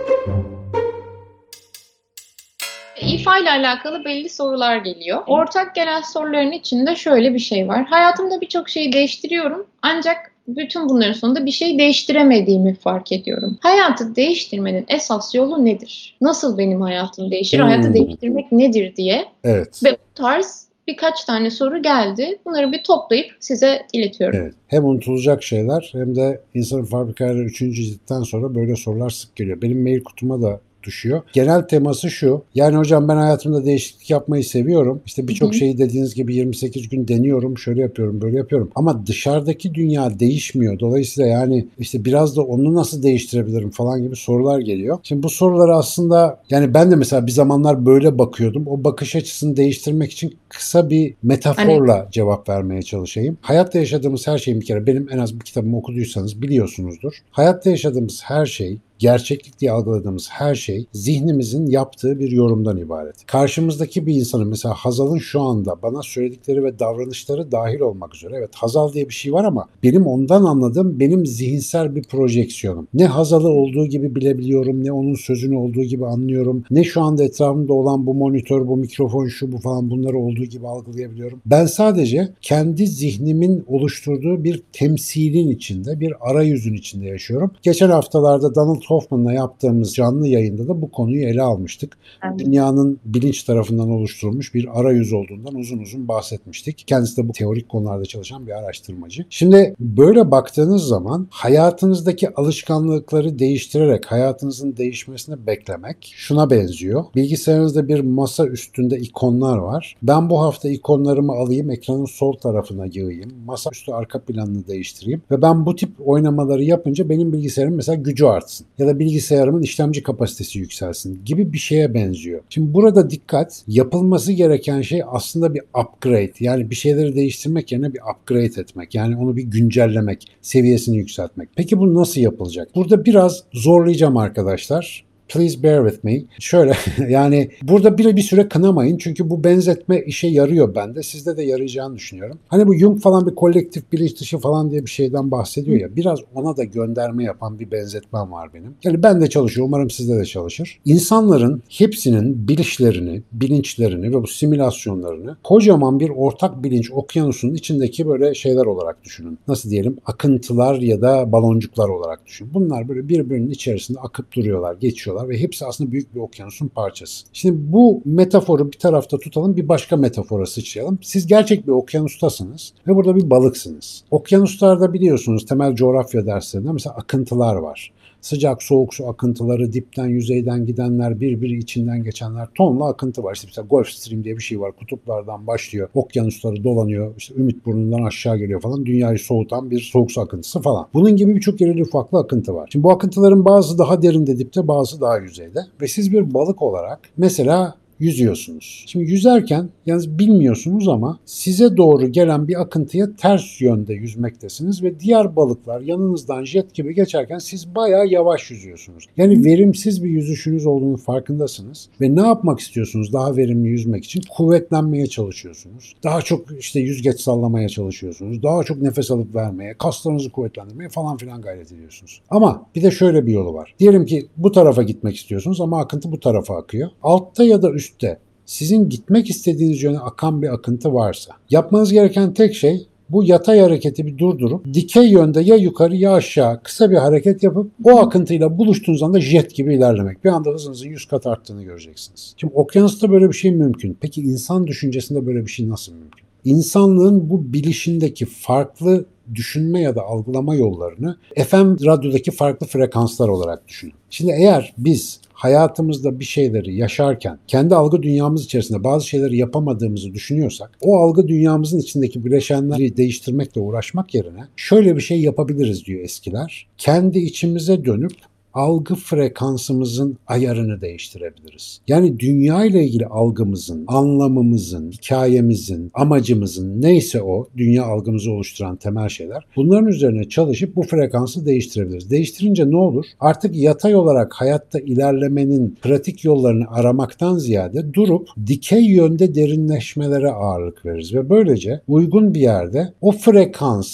İfa ile alakalı belli sorular geliyor. Ortak gelen soruların içinde şöyle bir şey var. Hayatımda birçok şeyi değiştiriyorum ancak bütün bunların sonunda bir şey değiştiremediğimi fark ediyorum. Hayatı değiştirmenin esas yolu nedir? Nasıl benim hayatım değişir? Hayatı değiştirmek nedir diye. Evet. Ve bu tarz birkaç tane soru geldi. Bunları bir toplayıp size iletiyorum. Evet. Hem unutulacak şeyler hem de insanın fabrikaları 3. ciltten sonra böyle sorular sık geliyor. Benim mail kutuma da düşüyor. Genel teması şu. Yani hocam ben hayatımda değişiklik yapmayı seviyorum. İşte birçok şeyi dediğiniz gibi 28 gün deniyorum. Şöyle yapıyorum, böyle yapıyorum. Ama dışarıdaki dünya değişmiyor. Dolayısıyla yani işte biraz da onu nasıl değiştirebilirim falan gibi sorular geliyor. Şimdi bu soruları aslında yani ben de mesela bir zamanlar böyle bakıyordum. O bakış açısını değiştirmek için kısa bir metaforla cevap vermeye çalışayım. Hayatta yaşadığımız her şeyin bir kere benim en az bir kitabımı okuduysanız biliyorsunuzdur. Hayatta yaşadığımız her şey, gerçeklik diye algıladığımız her şey zihnimizin yaptığı bir yorumdan ibaret. Karşımızdaki bir insanın mesela Hazal'ın şu anda bana söyledikleri ve davranışları dahil olmak üzere evet Hazal diye bir şey var ama benim ondan anladığım benim zihinsel bir projeksiyonum. Ne Hazal'ı olduğu gibi bilebiliyorum, ne onun sözünü olduğu gibi anlıyorum, ne şu anda etrafımda olan bu monitör, bu mikrofon, şu bu falan bunları olduğu gibi algılayabiliyorum. Ben sadece kendi zihnimin oluşturduğu bir temsilin içinde, bir arayüzün içinde yaşıyorum. Geçen haftalarda Donald Hoffman'la yaptığımız canlı yayında da bu konuyu ele almıştık. Evet. Dünyanın bilinç tarafından oluşturulmuş bir arayüz olduğundan uzun uzun bahsetmiştik. Kendisi de bu teorik konularda çalışan bir araştırmacı. Şimdi böyle baktığınız zaman hayatınızdaki alışkanlıkları değiştirerek hayatınızın değişmesini beklemek şuna benziyor. Bilgisayarınızda bir masa üstünde ikonlar var. Ben bu hafta ikonlarımı alayım, ekranın sol tarafına yığayım. Masa üstü arka planını değiştireyim ve ben bu tip oynamaları yapınca benim bilgisayarım mesela gücü artsın ya da bilgisayarımın işlemci kapasitesi yükselsin gibi bir şeye benziyor. Şimdi burada dikkat, yapılması gereken şey aslında bir upgrade. Yani bir şeyleri değiştirmek yerine bir upgrade etmek. Yani onu bir güncellemek, seviyesini yükseltmek. Peki bu nasıl yapılacak? Burada biraz zorlayacağım arkadaşlar. Please bear with me. Şöyle yani burada bir süre kınamayın çünkü bu benzetme işe yarıyor bende. Sizde de yarayacağını düşünüyorum. Hani bu Jung falan bir kolektif bilinç dışı falan diye bir şeyden bahsediyor ya. Biraz ona da gönderme yapan bir benzetmem var benim. Yani ben de çalışıyor. Umarım sizde de çalışır. İnsanların hepsinin bilişlerini, bilinçlerini ve bu simülasyonlarını kocaman bir ortak bilinç okyanusunun içindeki böyle şeyler olarak düşünün. Nasıl diyelim? Akıntılar ya da baloncuklar olarak düşünün. Bunlar böyle birbirinin içerisinde akıp duruyorlar, geçiyorlar ve hepsi aslında büyük bir okyanusun parçası. Şimdi bu metaforu bir tarafta tutalım, bir başka metafora sıçrayalım. Siz gerçek bir okyanustasınız ve burada bir balıksınız. Okyanuslarda biliyorsunuz temel coğrafya derslerinde mesela akıntılar var. Sıcak soğuk su akıntıları, dipten yüzeyden gidenler, birbiri içinden geçenler, tonla akıntı var. İşte mesela Gulf Stream diye bir şey var. Kutuplardan başlıyor, okyanusları dolanıyor, işte Ümitburnu'ndan aşağı geliyor falan. Dünyayı soğutan bir soğuk su akıntısı falan. Bunun gibi birçok irili ufaklı akıntı var. Şimdi bu akıntıların bazı daha derinde dipte, bazı daha yüzeyde. Ve siz bir balık olarak mesela yüzüyorsunuz. Şimdi yüzerken yalnız bilmiyorsunuz ama size doğru gelen bir akıntıya ters yönde yüzmektesiniz ve diğer balıklar yanınızdan jet gibi geçerken siz bayağı yavaş yüzüyorsunuz. Yani verimsiz bir yüzüşünüz olduğunu farkındasınız ve ne yapmak istiyorsunuz daha verimli yüzmek için? Kuvvetlenmeye çalışıyorsunuz. Daha çok işte yüzgeç sallamaya çalışıyorsunuz. Daha çok nefes alıp vermeye, kaslarınızı kuvvetlendirmeye falan filan gayret ediyorsunuz. Ama bir de şöyle bir yolu var. Diyelim ki bu tarafa gitmek istiyorsunuz ama akıntı bu tarafa akıyor. Altta ya da üstte sizin gitmek istediğiniz yöne akan bir akıntı varsa yapmanız gereken tek şey bu yatay hareketi bir durdurup dikey yönde ya yukarı ya aşağı kısa bir hareket yapıp o akıntıyla buluştuğunuz anda jet gibi ilerlemek. Bir anda hızınızın 100 kat arttığını göreceksiniz. Şimdi okyanusta böyle bir şey mümkün. Peki insan düşüncesinde böyle bir şey nasıl mümkün? İnsanlığın bu bilişindeki farklı düşünme ya da algılama yollarını FM radyodaki farklı frekanslar olarak düşünün. Şimdi eğer biz hayatımızda bir şeyleri yaşarken kendi algı dünyamız içerisinde bazı şeyleri yapamadığımızı düşünüyorsak o algı dünyamızın içindeki bileşenleri değiştirmekle uğraşmak yerine şöyle bir şey yapabiliriz diyor eskiler. Kendi içimize dönüp algı frekansımızın ayarını değiştirebiliriz. Yani dünya ile ilgili algımızın, anlamımızın, hikayemizin, amacımızın neyse o, dünya algımızı oluşturan temel şeyler, bunların üzerine çalışıp bu frekansı değiştirebiliriz. Değiştirince ne olur? Artık yatay olarak hayatta ilerlemenin pratik yollarını aramaktan ziyade durup dikey yönde derinleşmelere ağırlık veririz ve böylece uygun bir yerde o frekansı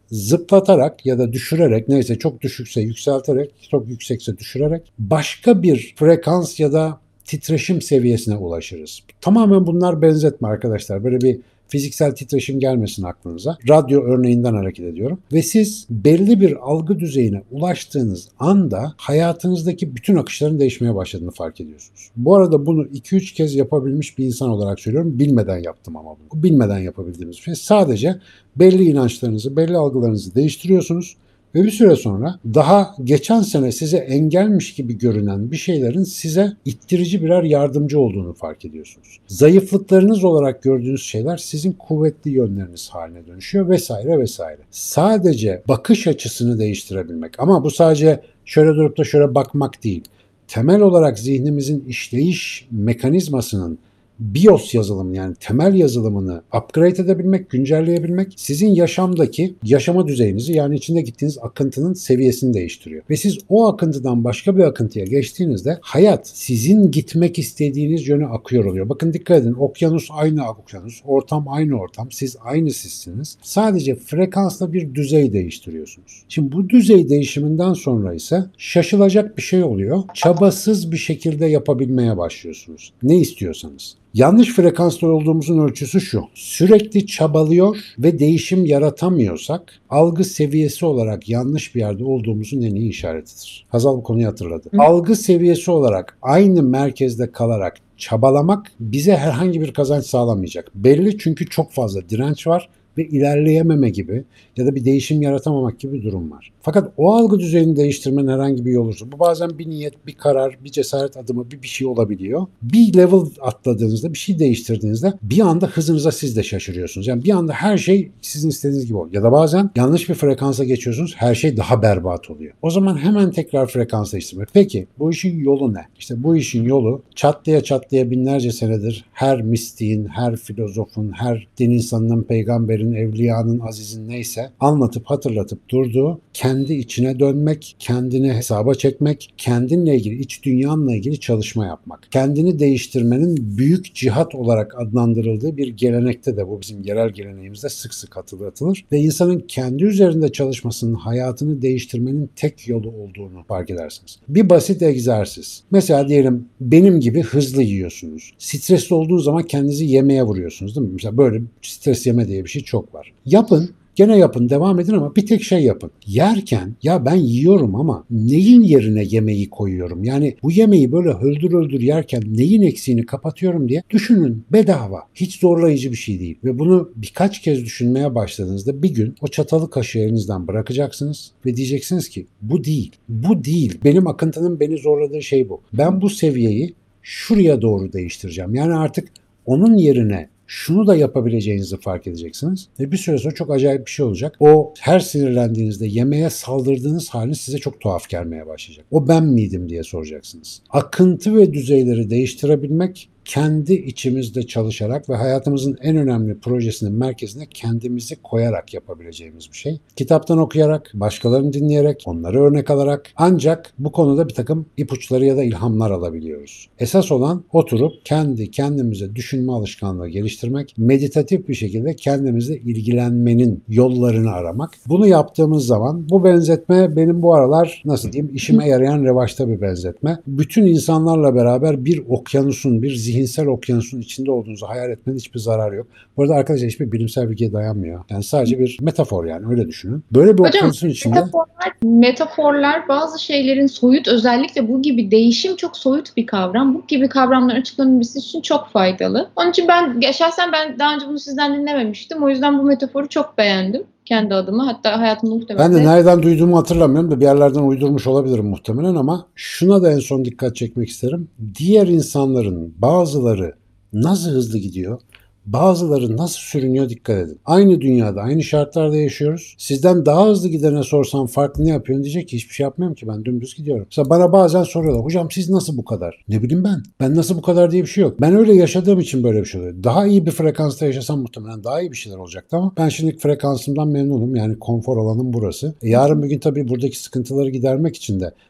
zıplatarak ya da düşürerek, neyse çok düşükse yükselterek, çok yüksekse düşürerek başka bir frekans ya da titreşim seviyesine ulaşırız. Tamamen bunlar benzetme arkadaşlar. Böyle bir fiziksel titreşim gelmesin aklınıza. Radyo örneğinden hareket ediyorum. Ve siz belli bir algı düzeyine ulaştığınız anda hayatınızdaki bütün akışların değişmeye başladığını fark ediyorsunuz. Bu arada bunu 2-3 kez yapabilmiş bir insan olarak söylüyorum. Bilmeden yaptım ama bunu. Bilmeden yapabildiğimiz bir şey. Sadece belli inançlarınızı, belli algılarınızı değiştiriyorsunuz. Ve bir süre sonra daha geçen sene size engelmiş gibi görünen bir şeylerin size ittirici birer yardımcı olduğunu fark ediyorsunuz. Zayıflıklarınız olarak gördüğünüz şeyler sizin kuvvetli yönleriniz haline dönüşüyor vesaire vesaire. Sadece bakış açısını değiştirebilmek, ama bu sadece şöyle durup da şöyle bakmak değil. Temel olarak zihnimizin işleyiş mekanizmasının BIOS yazılımı, yani temel yazılımını upgrade edebilmek, güncelleyebilmek sizin yaşamdaki yaşama düzeyinizi, yani içinde gittiğiniz akıntının seviyesini değiştiriyor. Ve siz o akıntıdan başka bir akıntıya geçtiğinizde hayat sizin gitmek istediğiniz yöne akıyor oluyor. Bakın dikkat edin, okyanus aynı okyanus, ortam aynı ortam, siz aynı sizsiniz. Sadece frekansla bir düzey değiştiriyorsunuz. Şimdi bu düzey değişiminden sonra ise şaşılacak bir şey oluyor. Çabasız bir şekilde yapabilmeye başlıyorsunuz. Ne istiyorsanız. Yanlış frekanslı olduğumuzun ölçüsü şu: sürekli çabalıyor ve değişim yaratamıyorsak algı seviyesi olarak yanlış bir yerde olduğumuzun en iyi işaretidir. Hazal bu konuyu hatırladı. Algı seviyesi olarak aynı merkezde kalarak çabalamak bize herhangi bir kazanç sağlamayacak. Belli, çünkü çok fazla direnç var ve ilerleyememe gibi ya da bir değişim yaratamamak gibi bir durum var. Fakat o algı düzeyini değiştirmenin herhangi bir yolu olursa, bu bazen bir niyet, bir karar, bir cesaret adımı, bir şey olabiliyor. Bir level atladığınızda, bir şey değiştirdiğinizde bir anda hızınıza siz de şaşırıyorsunuz. Yani bir anda her şey sizin istediğiniz gibi oluyor. Ya da bazen yanlış bir frekansa geçiyorsunuz, her şey daha berbat oluyor. O zaman hemen tekrar frekans değiştirmek. Peki bu işin yolu ne? İşte bu işin yolu çatlaya çatlaya binlerce senedir her mistiğin, her filozofun, her din insanının, peygamberin, evliyanın, azizin neyse anlatıp hatırlatıp durduğu kendi içine dönmek, kendini hesaba çekmek, kendinle ilgili, iç dünyanla ilgili çalışma yapmak. Kendini değiştirmenin büyük cihat olarak adlandırıldığı bir gelenekte de, bu bizim yerel geleneğimizde sık sık hatırlatılır ve insanın kendi üzerinde çalışmasının hayatını değiştirmenin tek yolu olduğunu fark edersiniz. Bir basit egzersiz. Mesela diyelim benim gibi hızlı yiyorsunuz. Stresli olduğunuz zaman kendinizi yemeğe vuruyorsunuz, değil mi? Mesela böyle stres yeme diye bir şey çok var. Yapın. Gene yapın, devam edin, ama bir tek şey yapın. Yerken ya ben yiyorum ama neyin yerine yemeği koyuyorum? Yani bu yemeği böyle öldür öldür yerken neyin eksiğini kapatıyorum diye düşünün. Bedava. Hiç zorlayıcı bir şey değil. Ve bunu birkaç kez düşünmeye başladığınızda bir gün o çatalı kaşığı elinizden bırakacaksınız ve diyeceksiniz ki bu değil. Bu değil. Benim akıntının beni zorladığı şey bu. Ben bu seviyeyi şuraya doğru değiştireceğim. Yani artık onun yerine şunu da yapabileceğinizi fark edeceksiniz. Ve bir süre sonra çok acayip bir şey olacak. O her sinirlendiğinizde yemeğe saldırdığınız haliniz size çok tuhaf gelmeye başlayacak. O ben miydim diye soracaksınız. Akıntı ve düzeyleri değiştirebilmek kendi içimizde çalışarak ve hayatımızın en önemli projesinin merkezine kendimizi koyarak yapabileceğimiz bir şey. Kitaptan okuyarak, başkalarını dinleyerek, onları örnek alarak, ancak bu konuda bir takım ipuçları ya da ilhamlar alabiliyoruz. Esas olan oturup kendi kendimize düşünme alışkanlığı geliştirmek, meditatif bir şekilde kendimizle ilgilenmenin yollarını aramak. Bunu yaptığımız zaman, bu benzetme benim bu aralar nasıl diyeyim işime yarayan revaçta bir benzetme. Bütün insanlarla beraber bir okyanusun, bir zihinsel okyanusun içinde olduğunuzu hayal etmenin hiçbir zararı yok. Bu arada arkadaşlar hiçbir bilimsel bilgiye dayanmıyor. Yani sadece bir metafor, yani öyle düşünün. Böyle bir okyanusun içinde... Metaforlar bazı şeylerin soyut, özellikle bu gibi değişim çok soyut bir kavram. Bu gibi kavramların açıklanabilmesi için çok faydalı. Onun için şahsen ben daha önce bunu sizden dinlememiştim. O yüzden bu metaforu çok beğendim kendi adıma. Hatta hayatımda muhtemelen Ben de nereden duyduğumu hatırlamıyorum da bir yerlerden uydurmuş olabilirim muhtemelen, ama şuna da en son dikkat çekmek isterim. Diğer insanların bazıları nasıl hızlı gidiyor, bazıları nasıl sürünüyor, dikkat edin. Aynı dünyada, aynı şartlarda yaşıyoruz. Sizden daha hızlı gidene sorsam farklı ne yapıyorsun diyecek ki hiçbir şey yapmıyorum ki, ben dümdüz gidiyorum. Mesela bana bazen soruyorlar, hocam siz nasıl bu kadar? Ne bileyim ben. Ben nasıl bu kadar diye bir şey yok. Ben öyle yaşadığım için böyle bir şey oluyor. Daha iyi bir frekansta yaşasam muhtemelen daha iyi bir şeyler olacaktı, ama ben şimdi frekansımdan memnunum. Yani konfor alanım burası. Yarın bir gün tabii buradaki sıkıntıları gidermek için de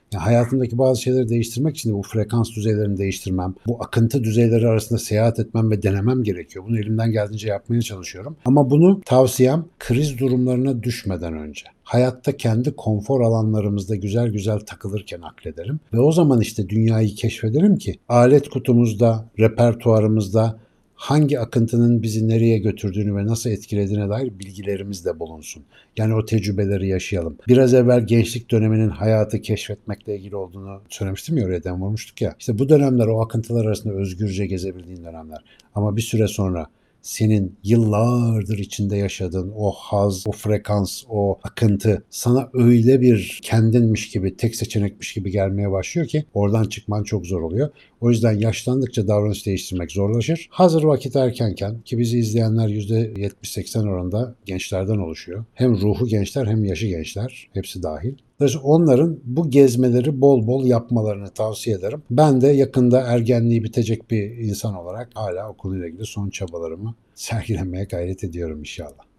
Yani hayatımdaki bazı şeyleri değiştirmek için de bu frekans düzeylerini değiştirmem, bu akıntı düzeyleri arasında seyahat etmem ve denemem gerekiyor. Bunu elimden geldiğince yapmaya çalışıyorum. Ama bunu tavsiyem kriz durumlarına düşmeden önce. Hayatta kendi konfor alanlarımızda güzel güzel takılırken aklederim. Ve o zaman işte dünyayı keşfederim ki alet kutumuzda, repertuarımızda hangi akıntının bizi nereye götürdüğünü ve nasıl etkilediğine dair bilgilerimiz de bulunsun. Yani o tecrübeleri yaşayalım. Biraz evvel gençlik döneminin hayatı keşfetmekle ilgili olduğunu söylemiştim ya, oraya dem vurmuştuk ya. İşte bu dönemler o akıntılar arasında özgürce gezebildiğin dönemler. Ama bir süre sonra senin yıllardır içinde yaşadığın o haz, o frekans, o akıntı sana öyle bir kendinmiş gibi, tek seçenekmiş gibi gelmeye başlıyor ki oradan çıkman çok zor oluyor. O yüzden yaşlandıkça davranış değiştirmek zorlaşır. Hazır vakit erkenken, ki bizi izleyenler %70-80 oranında gençlerden oluşuyor. Hem ruhu gençler hem yaşı gençler, hepsi dahil. Dolayısıyla onların bu gezmeleri bol bol yapmalarını tavsiye ederim. Ben de yakında ergenliği bitecek bir insan olarak hala o konuyla ilgili son çabalarımı sergilemeye gayret ediyorum inşallah.